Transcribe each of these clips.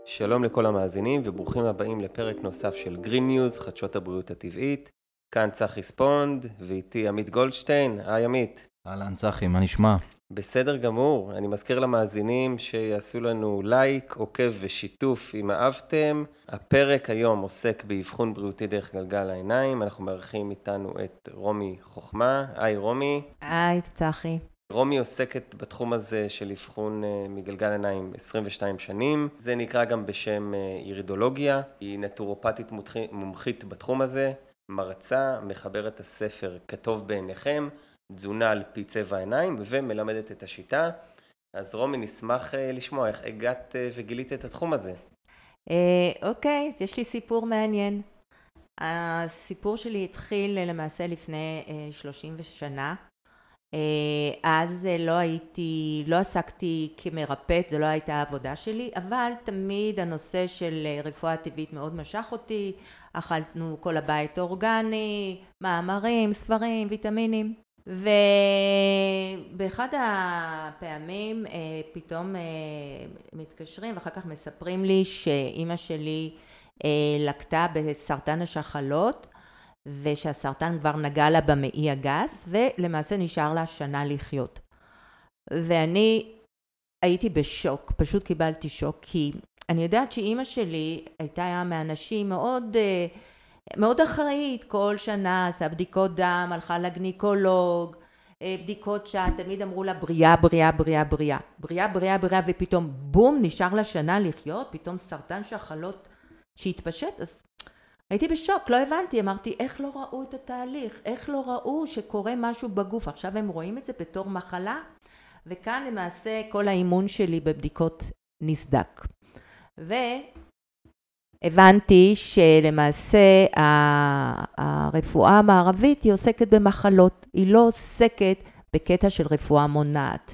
שלום לכל המאזינים וברוכים הבאים לפרק נוסף של גרין ניוז, חדשות הבריאות הטבעית. כאן צחי ספונד ואיתי עמית גולדשטיין. היי עמית. אהלן צחי, מה נשמע? בסדר גמור. אני מזכיר למאזינים שיעשו לנו לייק, עוקב ושיתוף אם אהבתם. הפרק היום עוסק באבחון בריאותי דרך גלגל העיניים. אנחנו מארחים איתנו את רומי חוכמה. היי רומי. היי צחי. רומי עוסקת בתחום הזה של אבחון מגלגל עיניים 22 שנים. זה נקרא גם בשם אירידולוגיה. היא נטורופטית מומחית בתחום הזה, מרצה, מחברת הספר כטוב בעיניכם, תזונה על פי צבע העיניים, ומלמדת את השיטה. אז רומי, נשמח לשמוע איך הגעת וגילית את התחום הזה. אוקיי, אז יש לי סיפור מעניין. הסיפור שלי התחיל למעשה לפני 30 שנה. אז לא עסקתי כמרפאת, זה לא הייתה העבודה שלי, אבל תמיד הנושא של רפואה טבעית מאוד משך אותי. אכלנו כל הבית אורגני, מאמרים, ספרים, ויטמינים. ובאחד הפעמים פתאום מתקשרים ואחר כך מספרים לי שאימא שלי לקטה בסרטן השחלות, ושהסרטן כבר נגע לה במעי הגס, ולמעשה נשאר לה שנה לחיות. ואני הייתי בשוק, פשוט קיבלתי שוק, כי אני יודעת שאימא שלי הייתה מהאנשים מאוד אחראית, כל שנה עשה בדיקות דם, הלכה לגניקולוג, בדיקות תמיד אמרו לה בריאה, בריאה, בריאה, בריאה, בריאה, בריאה, בריאה, ופתאום בום, נשאר לה שנה לחיות, פתאום סרטן שחלות שהתפשט, אז הייתי בשוק, לא הבנתי, אמרתי, איך לא ראו את התהליך? איך לא ראו שקורה משהו בגוף? עכשיו הם רואים את זה בתור מחלה, וכאן למעשה כל האימון שלי בבדיקות נסדק. והבנתי שלמעשה הרפואה המערבית היא עוסקת במחלות, היא לא עוסקת בקטע של רפואה מונעת.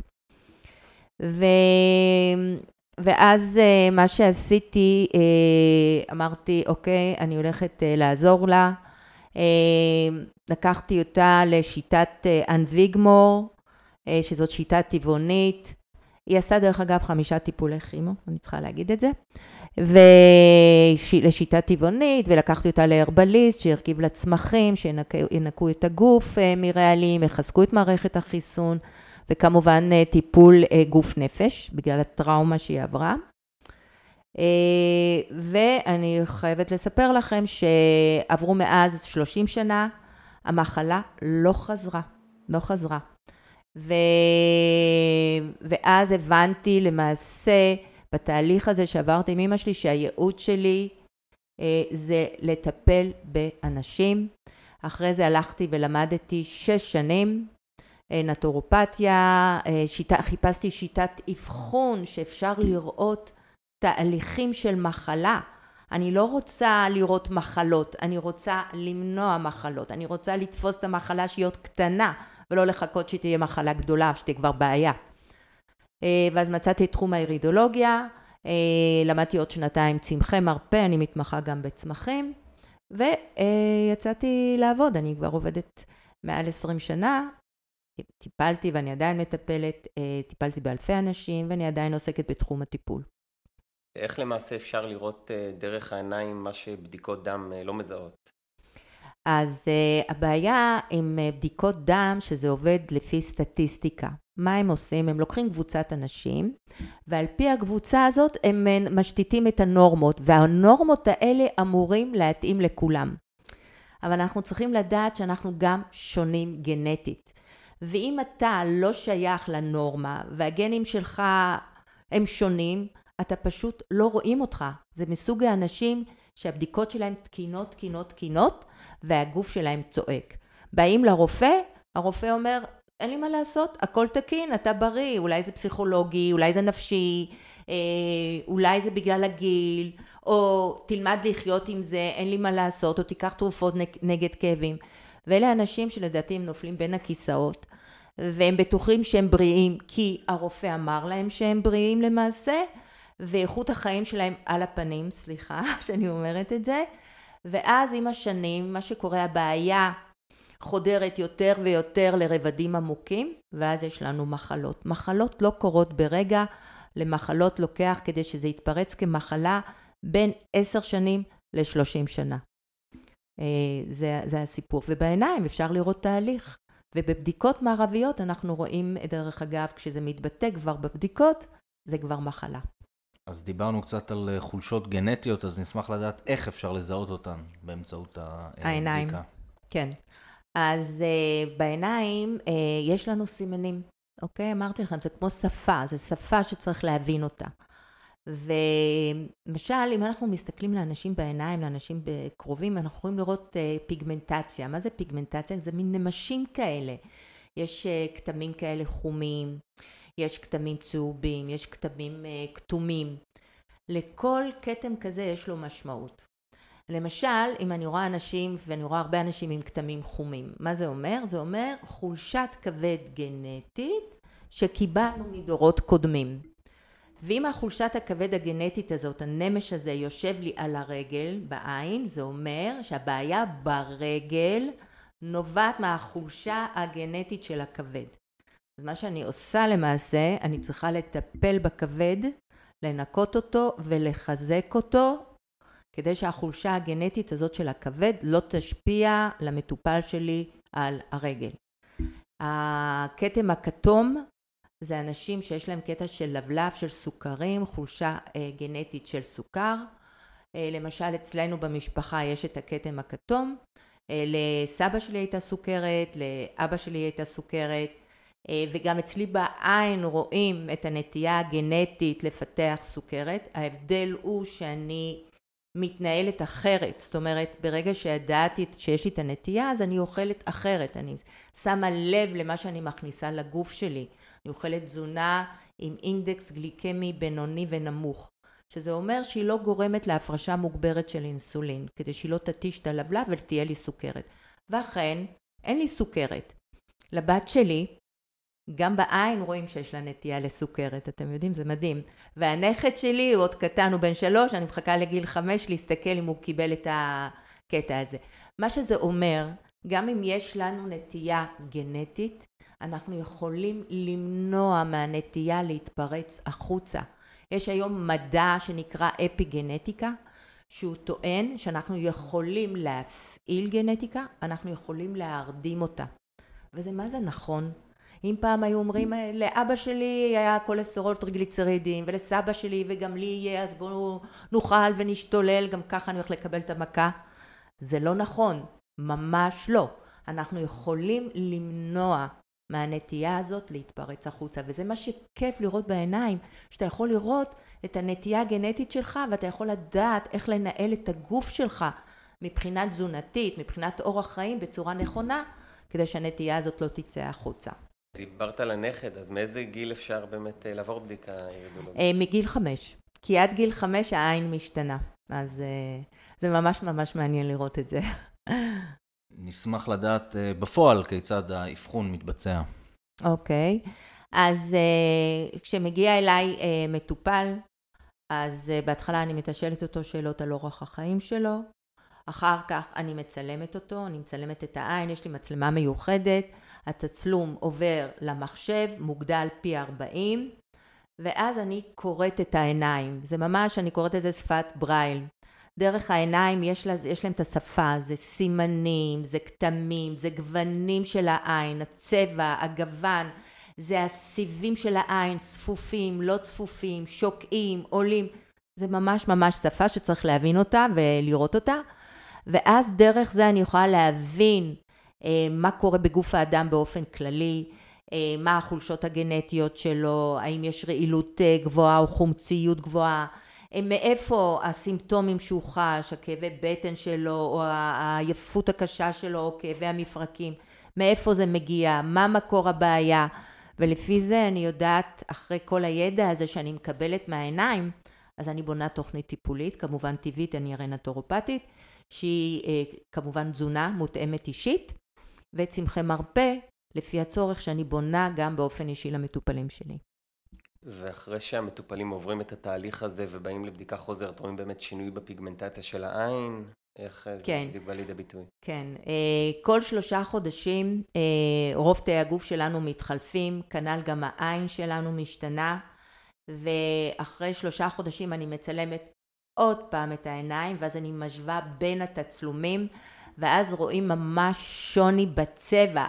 ואז מה שעשיתי, אמרתי, אוקיי, אני הולכת לעזור לה. לקחתי אותה לשיטת אנוויגמור, שזאת שיטה טבעונית. היא עשתה דרך אגב 5 טיפולי כימו, אני צריכה להגיד את זה. ולשיטה טבעונית, ולקחתי אותה להרבליסט, שהרכיב לה צמחים, שינקו את הגוף מרעלים, יחזקו את מערכת החיסון. וכמובן טיפול גוף נפש, בגלל הטראומה שהיא עברה. ואני חייבת לספר לכם שעברו מאז 30 שנה, המחלה לא חזרה. ואז הבנתי למעשה בתהליך הזה שעברתי עם אמא שלי, שהייעוד שלי זה לטפל באנשים. אחרי זה הלכתי ולמדתי 6 שנים, נטורופתיה, חיפשתי שיטת אבחון שאפשר לראות תהליכים של מחלה. אני לא רוצה לראות מחלות, אני רוצה למנוע מחלות, אני רוצה לתפוס את המחלה שהיא עוד קטנה, ולא לחכות שתהיה מחלה גדולה, שתהיה כבר בעיה. ואז מצאתי את תחום האירידולוגיה, למדתי עוד 2 צמחי מרפא, אני מתמחה גם בצמחים, ויצאתי לעבוד, אני כבר עובדת מעל 20 שנה, טיפלתי ואני עדיין מטפלת, טיפלתי באלפי אנשים ואני עדיין עוסקת בתחום הטיפול. איך למעשה אפשר לראות דרך העיניים מה שבדיקות דם לא מזהות? אז הבעיה עם בדיקות דם שזה עובד לפי סטטיסטיקה. מה הם עושים? הם לוקחים קבוצת אנשים ועל פי הקבוצה הזאת הם משתיתים את הנורמות, והנורמות האלה אמורים להתאים לכולם. אבל אנחנו צריכים לדעת שאנחנו גם שונים גנטית. ואם אתה לא שייך לנורמה והגנים שלך הם שונים, אתה פשוט לא רואים אותך. זה מסוג האנשים שהבדיקות שלהם תקינות, והגוף שלהם צועק. באים לרופא, הרופא אומר, אין לי מה לעשות, הכל תקין, אתה בריא, אולי זה פסיכולוגי, אולי זה נפשי, אולי זה בגלל הגיל, או תלמד לחיות עם זה, אין לי מה לעשות, או תיקח תרופות נגד כאבים. ואלה אנשים שלדעתי הם נופלים בין הכיסאות, והם בטוחים שהם בריאים, כי הרופא אמר להם שהם בריאים למעשה, ואיכות החיים שלהם על הפנים, סליחה שאני אומרת את זה, ואז עם השנים, מה שקורה, הבעיה חודרת יותר ויותר לרבדים עמוקים, ואז יש לנו מחלות. מחלות לא קורות ברגע, למחלות לוקח כדי שזה יתפרץ כמחלה בין 10 שנים ל-30 שנה. זה הסיפור. ובעיניים אפשר לראות תהליך. ובבדיקות מערביות אנחנו רואים, דרך אגב, כשזה מתבטא כבר בבדיקות, זה כבר מחלה. אז דיברנו קצת על חולשות גנטיות, אז נשמח לדעת איך אפשר לזהות אותן באמצעות העיניים. הבדיקה. כן. אז בעיניים יש לנו סימנים. אוקיי? אמרתי לכם, זה כמו שפה, זה שפה שצריך להבין אותה. ולמשל, אם אנחנו מסתכלים לאנשים בעיניים, לאנשים בקרובים, אנחנו יכולים לראות פיגמנטציה. מה זה פיגמנטציה? זה מין נמשים כאלה. יש כתמים כאלה חומים, יש כתמים צהובים, יש כתמים כתומים. לכל כתם כזה יש לו משמעות. למשל, אם אני רואה אנשים, ואני רואה הרבה אנשים עם כתמים חומים, מה זה אומר? זה אומר חולשת כבד גנטית שקיבלנו מדורות קודמים. ואם החולשת הכבד הגנטית הזאת, הנמש הזה יושב לי על הרגל, בעין, זה אומר שהבעיה ברגל נובעת מהחולשה הגנטית של הכבד. אז מה שאני עושה למעשה, אני צריכה לטפל בכבד, לנקות אותו ולחזק אותו, כדי שהחולשה הגנטית הזאת של הכבד לא תשפיע למטופל שלי על הרגל. הכתם הכתום זה אנשים שיש להם קטע של לבלב, של סוכרים, חולשה גנטית של סוכר. למשל אצלנו במשפחה יש את הכתם הכתום. לסבא שלי הייתה סוכרת, לאבא שלי הייתה סוכרת, וגם אצלי בעין רואים את הנטייה הגנטית לפתח סוכרת. ההבדל הוא שאני מתנהלת אחרת, זאת אומרת ברגע שידעתי שיש לי את הנטייה אז אני אוכלת אחרת, אני שמה לב למה שאני מכניסה לגוף שלי, אני אוכלת תזונה עם אינדקס גליקמי בינוני ונמוך, שזה אומר שהיא לא גורמת להפרשה מוגברת של אינסולין, כדי שהיא לא תתיש את הלבלב ותהיה לי סוכרת. ואכן, אין לי סוכרת. לבת שלי, גם בעין רואים שיש לה נטייה לסוכרת, אתם יודעים, זה מדהים. והנכד שלי הוא עוד קטן, הוא בן 3, אני מחכה לגיל 5 להסתכל אם הוא קיבל את הקטע הזה. מה שזה אומר, גם אם יש לנו נטייה גנטית, אנחנו יכולים למנוע מהנטייה להתפרץ החוצה. יש היום מדע שנקרא אפיגנטיקה, שהוא טוען שאנחנו יכולים להפעיל גנטיקה, אנחנו יכולים להרדים אותה. וזה מה זה נכון? אם פעם היו אומרים, לאבא שלי היה קולסטרול טריגליצרידים, ולסבא שלי וגם לי יהיה, אז בואו נאכל ונשתולל, גם ככה אני הולך לקבל את המכה. זה לא נכון, ממש לא. אנחנו יכולים למנוע מהנטייה הזאת להתפרץ החוצה, וזה מה שכיף לראות בעיניים, שאתה יכול לראות את הנטייה הגנטית שלך, ואתה יכול לדעת איך לנהל את הגוף שלך, מבחינה תזונתית, מבחינת אורח חיים, בצורה נכונה, כדי שהנטייה הזאת לא תצא החוצה. דיברת על הנכד, אז מאיזה גיל אפשר באמת לעבור בדיקה אירידולוגית? מגיל 5, כי עד גיל 5 העין משתנה, אז זה ממש ממש מעניין לראות את זה. נשמח לדעת בפועל כיצד האבחון מתבצע. אוקיי, אז כשמגיע אליי מטופל, אז בהתחלה אני מתשאלת אותו שאלות על אורח החיים שלו, אחר כך אני מצלמת אותו, אני מצלמת את העין, יש לי מצלמה מיוחדת, התצלום עובר למחשב, מוגדל פי 40, ואז אני קוראת את העיניים, זה ממש, אני קוראת את זה שפת ברייל. דרך העיניים יש להם את השפה, זה סימנים, זה כתמים, זה גוונים של העין, הצבע, הגוון, זה הסיבים של העין, צפופים, לא צפופים, שוקעים, עולים, זה ממש ממש שפה שצריך להבין אותה ולראות אותה, ואז דרך זה אני יכולה להבין מה קורה בגוף האדם באופן כללי, מה החולשות הגנטיות שלו, האם יש רעילות גבוהה או חומציות גבוהה, מאיפה הסימפטומים שהוא חש, הכאבי בטן שלו או העייפות הקשה שלו או כאבי המפרקים, מאיפה זה מגיע, מה מקור הבעיה, ולפי זה אני יודעת אחרי כל הידע הזה שאני מקבלת מהעיניים, אז אני בונה תוכנית טיפולית, כמובן טבעית, אני הרי נטורופטית, שהיא כמובן תזונה מותאמת אישית, וצמחי מרפא לפי הצורך שאני בונה גם באופן אישי למטופלים שלי. ואחרי שהמטופלים עוברים את התהליך הזה ובאים לבדיקה חוזרת, רואים באמת שינוי בפיגמנטציה של העין? איך זה בדיוק בא לידי ביטוי? כן, כל 3 חודשים רוב תאי הגוף שלנו מתחלפים, כנ"ל גם העין שלנו משתנה. ואחרי 3 חודשים אני מצלמת עוד פעם את העיניים, ואז אני משווה בין התצלומים, ואז רואים ממש שוני בצבע.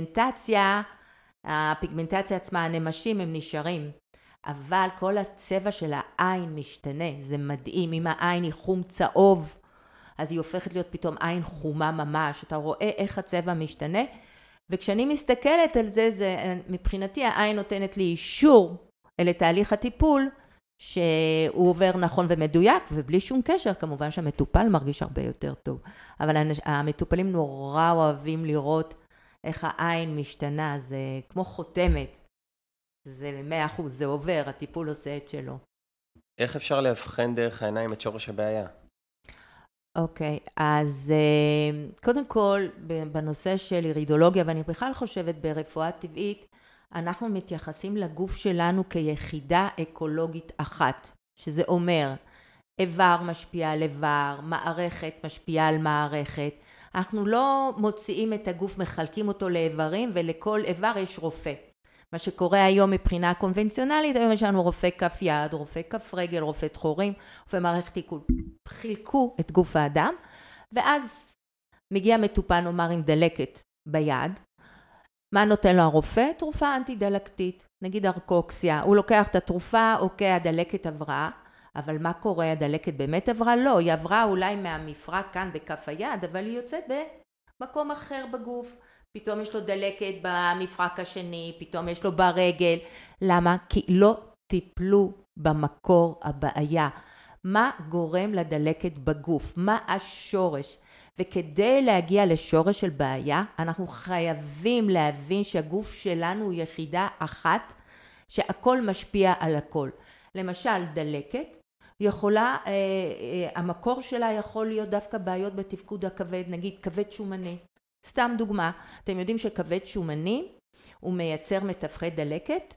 הפיגמנטציה עצמה, הנמשים הם נשארים, אבל כל הצבע של העין משתנה, זה מדהים. אם העין היא חום צהוב, אז היא הופכת להיות פתאום עין חומה ממש, אתה רואה איך הצבע משתנה, וכשאני מסתכלת על זה, מבחינתי העין נותנת לי אישור לתהליך הטיפול, שהוא עובר נכון ומדויק, ובלי שום קשר, כמובן שהמטופל מרגיש הרבה יותר טוב. אבל המטופלים נורא אוהבים לראות איך העין משתנה, זה כמו חותמת, זה 100%, זה עובר, הטיפול עושה את שלו. איך אפשר להבחן דרך העיניים את שורש הבעיה? אוקיי, אז קודם כל, בנושא של אירידולוגיה, ואני בכלל חושבת ברפואה טבעית, אנחנו מתייחסים לגוף שלנו כיחידה אקולוגית אחת, שזה אומר, איבר משפיע על איבר, מערכת משפיעה על מערכת. אנחנו לא מוציאים את הגוף, מחלקים אותו לאיברים, ולכל איבר יש רופא. מה שקורה היום מבחינה קונבנציונלית, היום יש לנו רופא כף יד, רופא כף רגל, רופא תחורים, רופא מערכת עיכול. חילקו את גוף האדם, ואז מגיע מטופל, נאמר, עם דלקת ביד. מה נותן לו הרופא? תרופה אנטי-דלקתית, נגיד ארקוקסיה. הוא לוקח את התרופה, אוקיי, הדלקת עברה, אבל מה קורה? הדלקת באמת עברה? לא, היא עברה אולי מהמפרק כאן בכף היד, אבל היא יוצאת במקום אחר בגוף. פתאום יש לו דלקת במפרק השני, פתאום יש לו ברגל. למה? כי לא טיפלו במקור הבעיה. מה גורם לדלקת בגוף? מה השורש? וכדי להגיע לשורש של בעיה, אנחנו חייבים להבין שהגוף שלנו הוא יחידה אחת, שהכל משפיע על הכל. למשל, דלקת, המקור שלה יכול להיות דווקא בעיות בתפקוד הכבד, נגיד כבד שומני. סתם דוגמה, אתם יודעים שכבד שומני הוא מייצר מתווכי דלקת?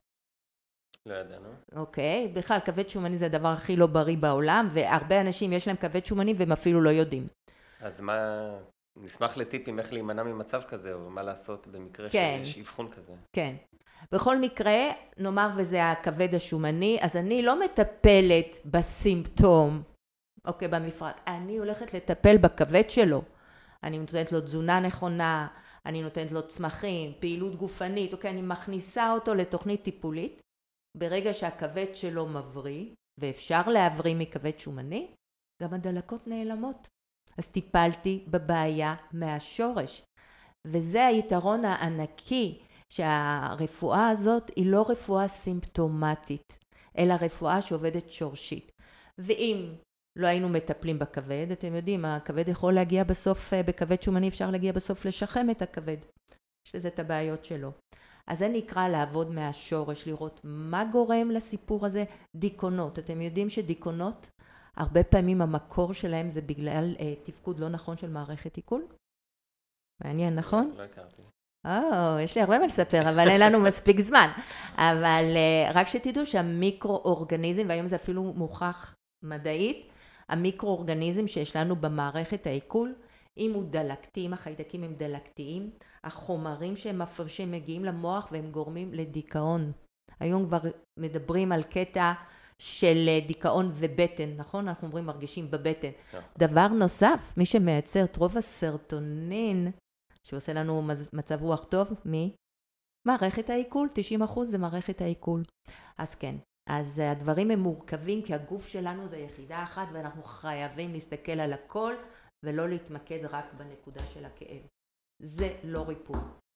לא ידענו. אוקיי, בכלל כבד שומני זה הדבר הכי לא בריא בעולם, והרבה אנשים יש להם כבד שומני והם אפילו לא יודעים. אז נשמח לטיפים איך להימנע ממצב כזה, או מה לעשות במקרה כן. שיש אבחון כזה. כן. בכל מקרה, נאמר וזה הכבד השומני, אז אני לא מטפלת בסימפטום, אוקיי, במפרק. אני הולכת לטפל בכבד שלו. אני נותנת לו תזונה נכונה, אני נותנת לו צמחים, פעילות גופנית, אוקיי, אני מכניסה אותו לתוכנית טיפולית. ברגע שהכבד שלו מבריא, ואפשר להבריא מכבד שומני, גם הדלקות נעלמות. אז טיפלתי בבעיה מהשורש. וזה היתרון הענקי, שהרפואה הזאת היא לא רפואה סימפטומטית, אלא רפואה שעובדת שורשית. ואם לא היינו מטפלים בכבד, אתם יודעים, הכבד יכול להגיע בסוף, בכבד שומני אפשר להגיע בסוף לשחם את הכבד. יש לזה את הבעיות שלו. אז זה נקרא לעבוד מהשורש, לראות מה גורם לסיפור הזה. דיכאונות. אתם יודעים שדיכאונות, הרבה פעמים המקור שלהם זה בגלל תפקוד לא נכון של מערכת עיכול? מעניין, נכון? לא הכרתי. יש לי הרבה מה לספר, אבל אין לנו מספיק זמן. אבל רק שתדעו שהמיקרו-אורגניזם, והיום זה אפילו מוכח מדעית, המיקרו-אורגניזם שיש לנו במערכת העיכול, אם הוא דלקתי, אם החיידקים הם דלקתיים, החומרים שהם מפרשים מגיעים למוח והם גורמים לדיכאון. היום כבר מדברים על קטע של דיכאון ובטן, נכון? אנחנו אומרים מרגישים בבטן. דבר נוסף, מי שמייצר את רוב הסרטונין, שעושה לנו מצב רוח טוב, מי? מערכת העיכול, 90% זה מערכת העיכול. אז כן, אז הדברים הם מורכבים, כי הגוף שלנו זה יחידה אחת, ואנחנו חייבים להסתכל על הכל, ולא להתמקד רק בנקודה של הכאב. זה לא ריפוי.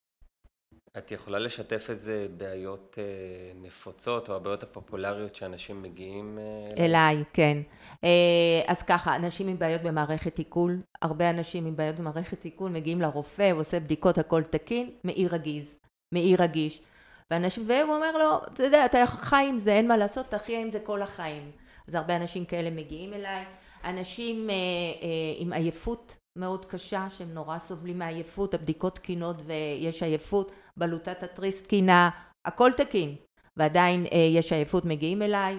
את יכולה לשתף איזה בעיות נפוצות, או הבעיות הפופולריות שאנשים מגיעים אליי, כן. אז ככה, אנשים עם בעיות במערכת עיכול, הרבה אנשים עם בעיות במערכת עיכול מגיעים לרופא, הוא עושה בדיקות הכל תקין, מעי רגיש. והוא אומר לו, אתה יודע, אתה חי עם זה, אין מה לעשות, תחיה עם זה כל החיים. אז הרבה אנשים כאלה מגיעים אליי. אנשים עם עייפות מאוד קשה, שהם נורא סובלים מעייפות, הבדיקות תקינות ויש עייפות, בלוטת התריס תקינה, הכל תקין, ועדיין יש עייפות מגיעים אליי.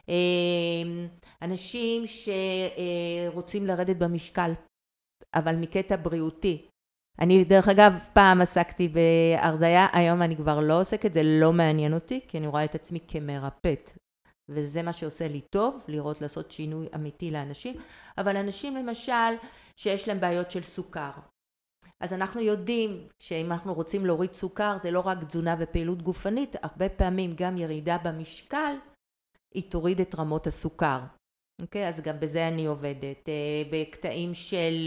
אנשים שרוצים לרדת במשקל, אבל מקטע בריאותי. אני דרך אגב פעם עסקתי בהרזיה, היום אני כבר לא עוסקת, זה לא מעניין אותי, כי אני רואה את עצמי כמרפאת. וזה מה שעושה לי טוב, לראות לעשות שינוי אמיתי לאנשים, אבל אנשים למשל שיש להם בעיות של סוכר. אז אנחנו יודעים שאם אנחנו רוצים להוריד סוכר, זה לא רק תזונה ופעילות גופנית, הרבה פעמים גם ירידה במשקל, היא תוריד את רמות הסוכר. אוקיי? אז גם בזה אני עובדת. בקטעים של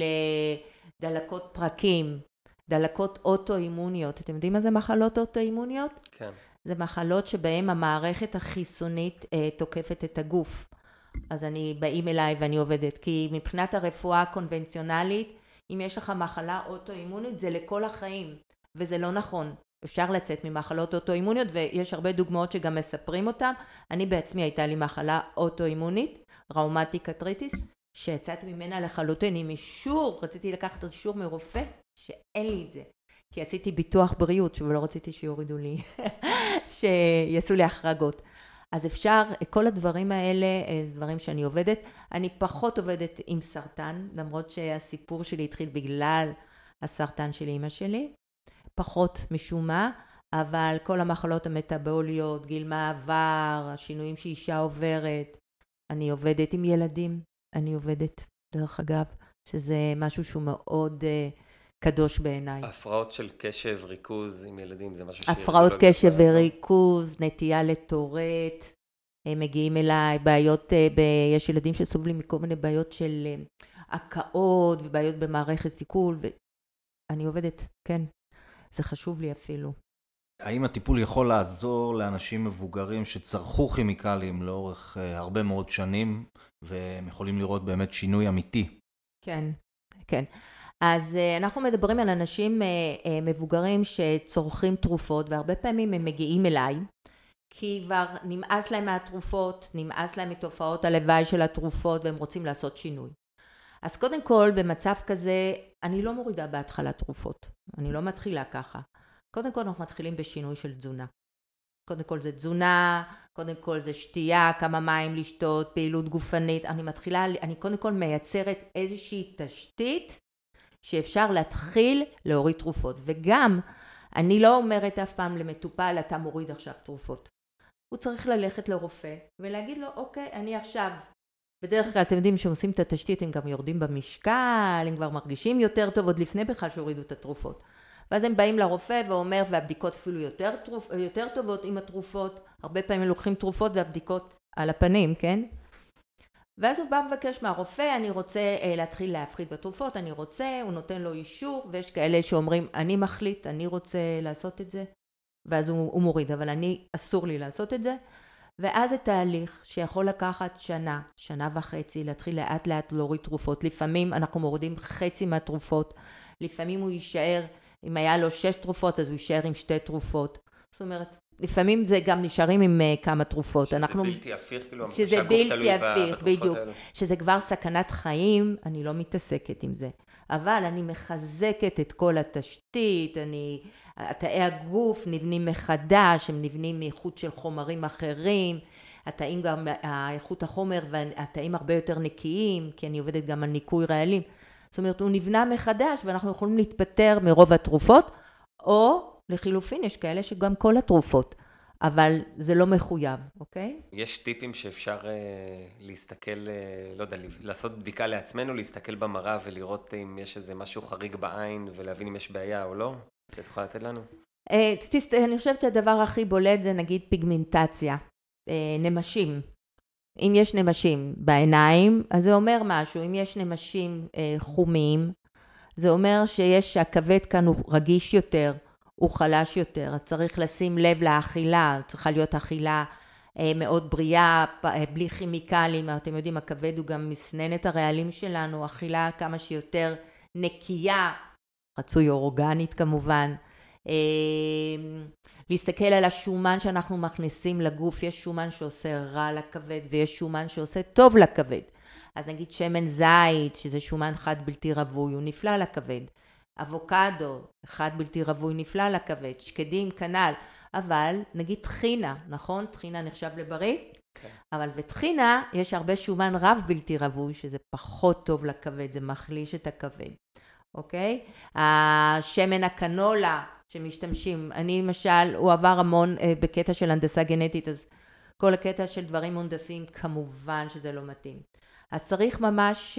דלקות פרקים, דלקות אוטואימוניות. אתם יודעים מה זה מחלות אוטואימוניות? כן. זה מחלות שבהן המערכת החיסונית תוקפת את הגוף. אז באים אליי ואני עובדת, כי מבחינת הרפואה הקונבנציונלית, אם יש לך מחלה אוטואימונית זה לכל החיים, וזה לא נכון. אפשר לצאת ממחלות אוטואימוניות, ויש הרבה דוגמאות שגם מספרים אותם. אני בעצמי הייתה לי מחלה אוטואימונית, ראומטיק ארתריטיס, שיצאתי ממנה לחלוטין עם אישור, רציתי לקחת אישור מרופא, שאין לי את זה. כי עשיתי ביטוח בריאות, ולא רציתי שיורידו לי, שיעשו לי החרגות. אז אפשר, כל הדברים האלה, זה דברים שאני עובדת. אני פחות עובדת עם סרטן, למרות שהסיפור שלי התחיל בגלל הסרטן של אמא שלי. פחות משום מה, אבל כל המחלות המטאבוליות, גיל מעבר, השינויים שאישה עוברת, אני עובדת עם ילדים, אני עובדת, דרך אגב, שזה משהו שהוא מאוד קדוש בעיניי. הפרעות של קשב, ריכוז עם ילדים, זה משהו הפרעות קשב וריכוז, נטייה לטורט, הם מגיעים אליי, בעיות, יש ילדים שסובלים מכל מיני בעיות של הקאות ובעיות במערכת עיכול, ואני עובדת, כן, זה חשוב לי אפילו. האם הטיפול יכול לעזור לאנשים מבוגרים שצרכו כימיקלים לאורך הרבה מאוד שנים, והם יכולים לראות באמת שינוי אמיתי? כן, כן. אז אנחנו מדברים על אנשים מבוגרים שצורכים תרופות, והרבה פעמים הם מגיעים אליי, כי כבר נמאס להם מהתרופות, נמאס להם מתופעות הלוואי של התרופות, והם רוצים לעשות שינוי. אז קודם כל, במצב כזה, אני לא מורידה בהתחלה תרופות. אני לא מתחילה ככה. קודם כל, אנחנו מתחילים בשינוי של תזונה. קודם כל זה תזונה, קודם כל זה שתייה, כמה מים לשתות, פעילות גופנית. אני קודם כל מייצרת איזושהי תשתית, שאפשר להתחיל להוריד תרופות. וגם, אני לא אומרת אף פעם למטופל, אתה מוריד עכשיו תרופות. הוא צריך ללכת לרופא ולהגיד לו, אוקיי, אני עכשיו, בדרך כלל אתם יודעים שהם עושים את התשתית, הם גם יורדים במשקל, הם כבר מרגישים יותר טוב, עוד לפני בכלל שהורידו את התרופות. ואז הם באים לרופא ואומר, והבדיקות אפילו יותר טובות עם התרופות, הרבה פעמים לוקחים תרופות והבדיקות על הפנים, כן? ואז הוא בא מבקש מהרופא, אני רוצה להתחיל להפחית בתרופות, הוא נותן לו אישור, ויש כאלה שאומרים, אני מחליט, אני רוצה לעשות את זה, ואז הוא מוריד, אבל אסור לי לעשות את זה, ואז זה תהליך שיכול לקחת שנה וחצי, להתחיל לאט לאט להוריד תרופות, לפעמים אנחנו מורידים חצי מהתרופות, לפעמים הוא יישאר, אם היה לו 6 תרופות, אז הוא יישאר עם 2 תרופות, זאת אומרת, לפעמים זה גם נשארים עם כמה תרופות. שזה בלתי הפיך, כאילו, שזה בלתי הפיך, בדיוק. שזה כבר סכנת חיים, אני לא מתעסקת עם זה. אבל אני מחזקת את כל התשתית, התאי הגוף נבנים מחדש, הם נבנים מאיכות של חומרים אחרים, התאים גם, האיכות החומר והתאים הרבה יותר נקיים, כי אני עובדת גם על ניקוי רעלים. זאת אומרת, הוא נבנה מחדש ואנחנו יכולים להתפטר מרוב התרופות, או לחילופין, יש כאלה שגם כל התרופות, אבל זה לא מחויב, אוקיי? יש טיפים שאפשר להסתכל, לא יודע, לעשות בדיקה לעצמנו, להסתכל במראה ולראות אם יש איזה משהו חריג בעין ולהבין אם יש בעיה או לא? את יכולה לתת לנו? אני חושבת שהדבר הכי בולט זה נגיד פיגמנטציה, נמשים. אם יש נמשים בעיניים, אז זה אומר משהו. אם יש נמשים חומים, זה אומר שהכבד כאן הוא רגיש יותר, הוא חלש יותר. צריך לשים לב לאכילה, צריכה להיות אכילה מאוד בריאה, בלי כימיקלים. אתם יודעים, הכבד הוא גם מסננת הרעלים שלנו, אכילה כמה שיותר נקייה, רצוי אורגנית כמובן. להסתכל על השומן שאנחנו מכניסים לגוף, יש שומן שעושה רע לכבד ויש שומן שעושה טוב לכבד. אז נגיד שמן זית, שזה שומן חד בלתי רווי, הוא נפלא לכבד. אבוקדו, חד בלתי רווי, נפלא לכבד. שקדים, כנל. אבל נגיד טחינה, נכון? טחינה נחשב לבריא? כן. אבל בטחינה יש הרבה שומן רב בלתי רווי, שזה פחות טוב לכבד, זה מחליש את הכבד. אוקיי? השמן הקנולה שמשתמשים, אני למשל, הוא עבר המון בקטע של הנדסה גנטית, אז כל הקטע של דברים מונדסים, כמובן שזה לא מתאים. אז צריך ממש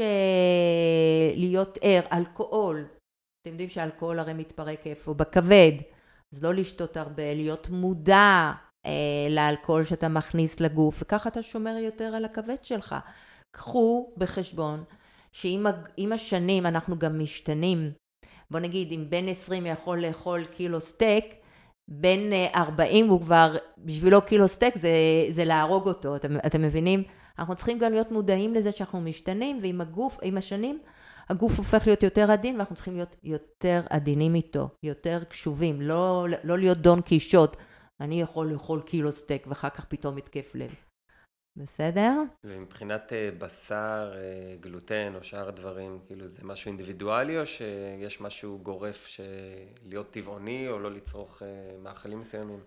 להיות ער. אלכוהול, אתם יודעים שאלכוהול הרי מתפרק איפה? בכבד. אז לא לשתות הרבה, להיות מודע לאלכוהול שאתה מכניס לגוף, וככה אתה שומר יותר על הכבד שלך. קחו בחשבון שעם השנים אנחנו גם משתנים. בוא נגיד, אם בן 20 יכול לאכול קילו סטייק, בן 40 הוא כבר, בשבילו קילו סטייק זה להרוג אותו, אתם מבינים? אנחנו צריכים גם להיות מודעים לזה שאנחנו משתנים, ועם הגוף, עם השנים, הגוף הופך להיות יותר עדין, ואנחנו צריכים להיות יותר עדינים איתו, יותר קשובים, לא להיות דון קישוט, אני יכול לאכול קילו סטייק, ואחר כך פתאום מתקף לב. בסדר? ומבחינת בשר, גלוטן או שאר הדברים, כאילו זה משהו אינדיבידואלי או שיש משהו גורף להיות טבעוני או לא לצרוך מאכלים מסוימים?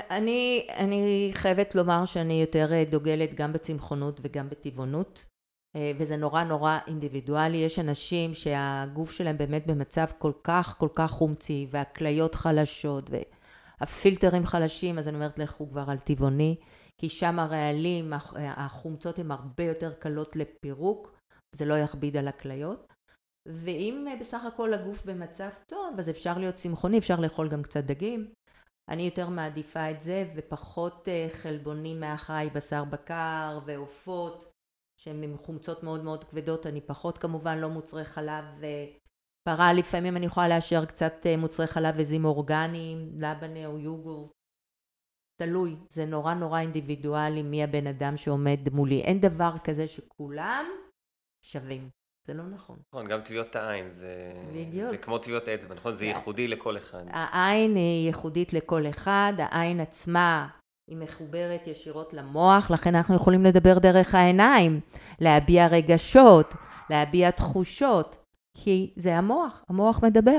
אני חייבת לומר שאני יותר דוגלת גם בצמחונות וגם בטבעונות, וזה נורא נורא אינדיבידואלי. יש אנשים שהגוף שלהם באמת במצב כל כך חומצי, והכליות חלשות והפילטרים חלשים, אז אני אומרת לכו כבר על טבעוני, כי שם הרעלים, החומצות הן הרבה יותר קלות לפירוק, זה לא יכביד על הכליות. ואם בסך הכל הגוף במצב טוב, אז אפשר להיות צמחוני, אפשר לאכול גם קצת דגים. אני יותר מעדיפה את זה, ופחות חלבונים מהחי, בשר בקר ועופות, שהן עם חומצות מאוד מאוד כבדות. אני פחות כמובן לא מוצרי חלב ופרה, לפעמים אני יכולה לאשר קצת מוצרי חלב וזים אורגניים, לבנה או יוגורט. תלוי, זה נורא נורא אינדיבידואלי מי הבן אדם שעומד מולי. אין דבר כזה שכולם שווים. זה לא נכון. נכון, גם טביעות העין, זה כמו טביעות אצבע, נכון? זה ייחודי לכל אחד. העין היא ייחודית לכל אחד, העין עצמה היא מחוברת ישירות למוח, לכן אנחנו יכולים לדבר דרך העיניים, להביע רגשות, להביע תחושות, כי זה המוח מדבר.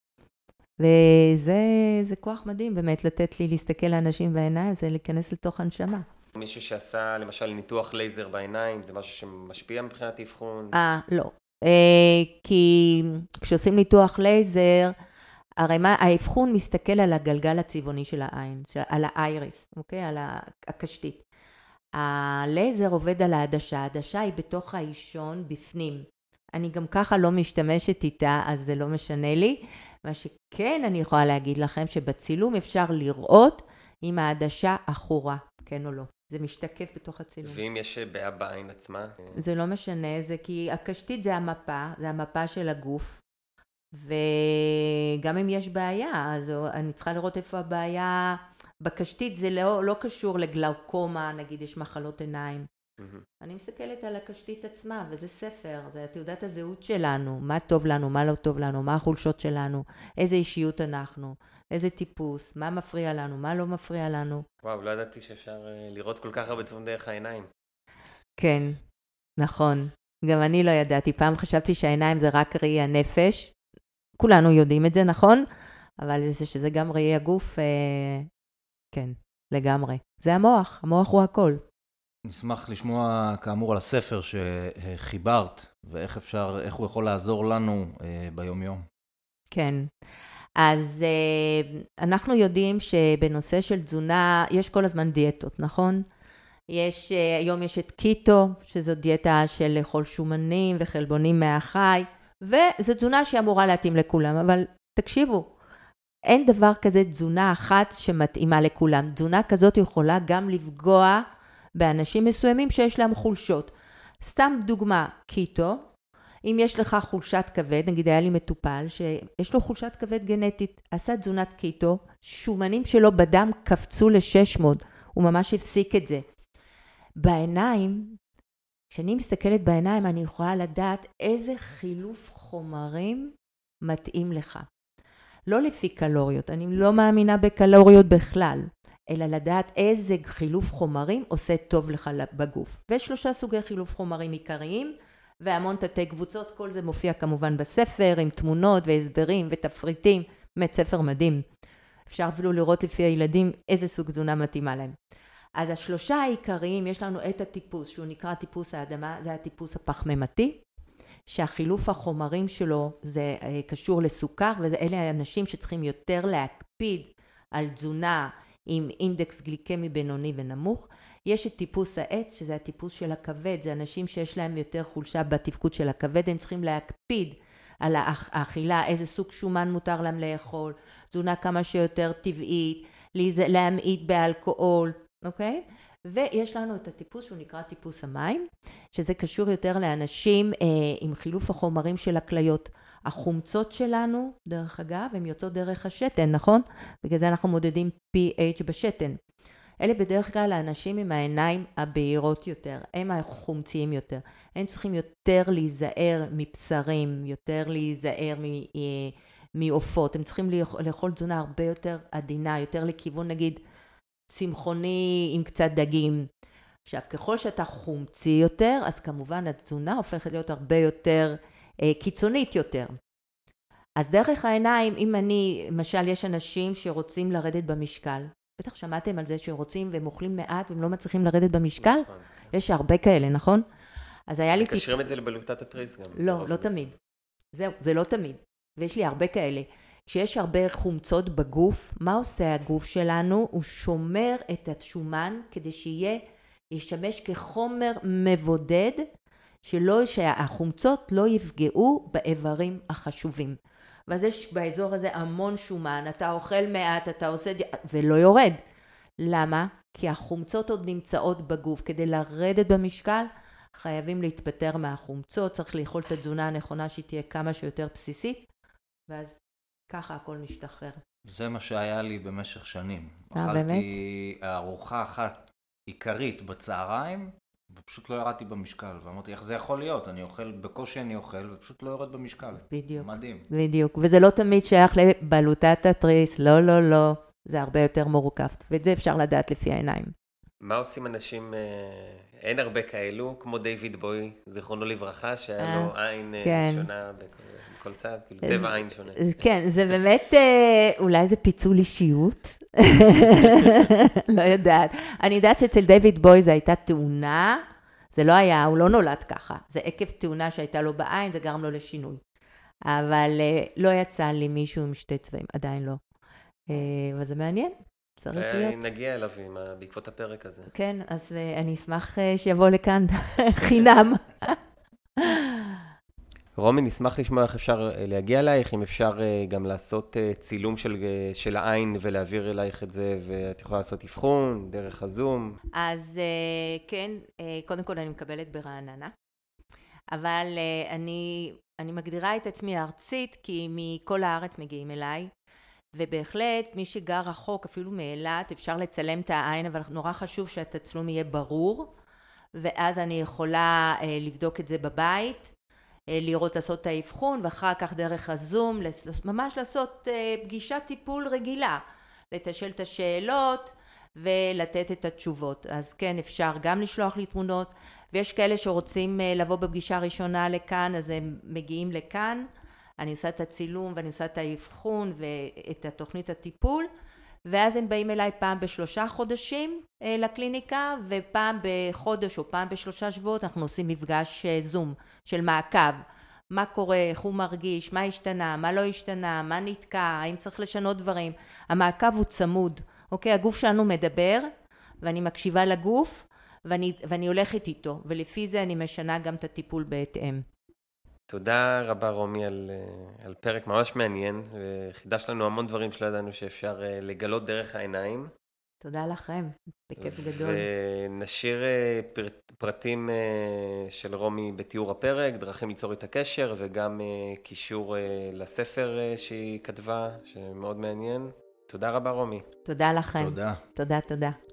וזה כוח מדהים באמת לתת לי להסתכל לאנשים בעיניים, זה להיכנס לתוך הנשמה. מישהו שעשה למשל ניתוח לייזר בעיניים, זה משהו שמשפיע מבחינת אבחון? לא. כי כשעושים ניתוח לייזר, הרי האבחון מסתכל על הגלגל הצבעוני של העין, על האייריס, אוקיי? על הקשתית. הלייזר עובד על העדשה, העדשה היא בתוך האישון בפנים. אני גם ככה לא משתמשת איתה, אז זה לא משנה לי. מה שכן אני יכולה להגיד לכם, שבצילום אפשר לראות אם העדשה אחורה, כן או לא. זה משתקף בתוך הצילום. ואם יש בעיה בעין עצמה? זה לא משנה, זה כי הקשתית זה המפה של הגוף, וגם אם יש בעיה, אז אני צריכה לראות איפה הבעיה. בקשתית זה לא קשור לגלאוקומה, נגיד יש מחלות עיניים. אני מסתכלת על הקשתית עצמה, וזה ספר, זה תעודת הזהות שלנו, מה טוב לנו, מה לא טוב לנו, מה החולשות שלנו, איזה אישיות אנחנו, איזה טיפוס, מה מפריע לנו, מה לא מפריע לנו. וואו, לא ידעתי שאפשר לראות כל כך הרבה דברים דרך העיניים. כן, נכון. גם אני לא ידעתי. פעם חשבתי שהעיניים זה רק ראי הנפש. כולנו יודעים את זה, נכון? אבל שזה גם ראי הגוף, כן, לגמרי. זה המוח הוא הכל. נשמח לשמוע כאמור על הספר שחיברת, ואיך הוא יכול לעזור לנו ביום יום. כן. אז אנחנו יודעים שבנושא של תזונה יש כל הזמן דיאטות, נכון? היום יש את קיטו, שזו דיאטה של לאכול שומנים וחלבונים מהחי, וזו תזונה שאמורה להתאים לכולם, אבל תקשיבו, אין דבר כזה תזונה אחת שמתאימה לכולם. תזונה כזאת יכולה גם לפגוע באנשים מסוימים שיש להם חולשות. סתם דוגמה, קיטו, אם יש לך חולשת כבד, נגיד היה לי מטופל שיש לו חולשת כבד גנטית, עשה תזונת קיטו, שומנים שלו בדם קפצו ל-600, הוא ממש הפסיק את זה. בעיניים, כשאני מסתכלת בעיניים, אני יכולה לדעת איזה חילוף חומרים מתאים לך. לא לפי קלוריות, אני לא מאמינה בקלוריות בכלל, אלא לדעת איזה חילוף חומרים עושה טוב לך בגוף. ויש 3 סוגי חילוף חומרים עיקריים, והמון תתי קבוצות, כל זה מופיע כמובן בספר, עם תמונות והסברים ותפריטים, באמת ספר מדהים. אפשר אפילו לראות לפי הילדים איזה סוג תזונה מתאימה להם. אז 3 העיקריים, יש לנו את הטיפוס, שהוא נקרא טיפוס האדמה, זה הטיפוס הפחמימתי, שהחילוף החומרים שלו זה קשור לסוכר, ואלה האנשים שצריכים יותר להקפיד על תזונה עם אינדקס גליקמי בינוני ונמוך. יש את טיפוס העץ, שזה הטיפוס של הכבד, זה אנשים שיש להם יותר חולשה בתפקוד של הכבד, הם צריכים להקפיד על האכילה, איזה סוג שומן מותר להם לאכול, תזונה כמה שיותר טבעית, להמעיט באלכוהול, אוקיי? ויש לנו את הטיפוס שהוא נקרא טיפוס המים, שזה קשור יותר לאנשים עם חילוף החומרים של הכליות. החומצות שלנו, דרך אגב, הן יוצאות דרך השתן, נכון? בגלל זה אנחנו מודדים pH בשתן. אלה בדרך כלל האנשים עם העיניים הבהירות יותר, הם החומציים יותר. הם צריכים יותר להיזהר מבשרים, יותר להיזהר מעופות. הם צריכים לאכול תזונה הרבה יותר עדינה, יותר לכיוון נגיד צמחוני עם קצת דגים. עכשיו, ככל שאתה חומצי יותר, אז כמובן התזונה הופכת להיות הרבה יותר קיצונית יותר. אז דרך העיניים, אם למשל יש אנשים שרוצים לרדת במשקל, בטח שמעתם על זה שרוצים והם אוכלים מעט והם לא מצליחים לרדת במשקל? יש הרבה כאלה, נכון? אז היה לי... מקשרים את זה לבלוטת התריס גם. לא תמיד. זהו, זה לא תמיד. ויש לי הרבה כאלה. כשיש הרבה חומצות בגוף, מה עושה הגוף שלנו? הוא שומר את השומן כדי ישמש כחומר מבודד, שהחומצות לא יפגעו באיברים החשובים. ואז יש באזור הזה המון שומן, אתה אוכל מעט, אתה עושה, ולא יורד. למה? כי החומצות עוד נמצאות בגוף. כדי לרדת במשקל, חייבים להתפטר מהחומצות, צריך לאכול את התזונה הנכונה שהיא תהיה כמה שיותר בסיסית, ואז ככה הכל משתחרר. זה מה שהיה לי במשך שנים. באמת? אכלתי ארוחה אחת עיקרית בצהריים, ופשוט לא ירדתי במשקל, ואמרתי, איך זה יכול להיות? בקושי אני אוכל, ופשוט לא יורד במשקל. בדיוק. מדהים. בדיוק, וזה לא תמיד שייך לבלוטת התריס, לא, זה הרבה יותר מורכב, ואת זה אפשר לדעת לפי העיניים. מה עושים אנשים, אין הרבה כאלו, כמו דיוויד בוי, זיכרונו לברכה, שהיה לו עין שונה בכל צד, כאילו צבע עין שונה. כן, זה באמת, אולי זה פיצול אישיות, לא יודעת. אני יודעת שאצל דיוויד בוי זה הייתה תאונה, זה לא היה, הוא לא נולד ככה, זה עקב תאונה שהייתה לו בעין, זה גרם לו לשינוי. אבל לא יצא לי מישהו עם שתי צבעים, עדיין לא. אבל זה מעניין. נגיע אליו בעקבות הפרק הזה. כן, אז אני אשמח שיבוא לכאן חינם. רומי, נשמח לשמוע איך אפשר להגיע אלייך, אם אפשר גם לעשות צילום של העין ולהעביר אלייך את זה, ואת יכולה לעשות אבחון דרך הזום. אז כן, קודם כל אני מקבלת ברעננה, אבל אני מגדירה את עצמי ארצית, כי מכל הארץ מגיעים אליי, ובהחלט מי שגר רחוק, אפילו מאילת, אפשר לצלם את העין, אבל נורא חשוב שהתצלום יהיה ברור, ואז אני יכולה לבדוק את זה בבית, לראות לעשות את האבחון, ואחר כך דרך הזום, ממש לעשות פגישת טיפול רגילה, לתשאל את השאלות ולתת את התשובות. אז כן, אפשר גם לשלוח לי תמונות, ויש כאלה שרוצים לבוא בפגישה ראשונה לכאן, אז הם מגיעים לכאן, אני עושה את הצילום ואני עושה את האבחון ואת התוכנית הטיפול, ואז הם באים אליי פעם ב3 חודשים לקליניקה, ופעם בחודש או פעם ב3 שבועות אנחנו עושים מפגש זום של מעקב. מה קורה, איך הוא מרגיש, מה השתנה, מה לא השתנה, מה נתקע, האם צריך לשנות דברים. המעקב הוא צמוד, אוקיי? הגוף שלנו מדבר, ואני מקשיבה לגוף, ואני הולכת איתו, ולפי זה אני משנה גם את הטיפול בהתאם. תודה רבה רומי על פרק ממש מעניין, וחידש לנו המון דברים שלא ידענו שאפשר לגלות דרך העיניים. תודה לכם, בכיף גדול. ונשאיר פרטים של רומי בתיאור הפרק, דרכים ליצור את הקשר, וגם קישור לספר שהיא כתבה, שמאוד מעניין. תודה רבה רומי. תודה לכם. תודה. תודה.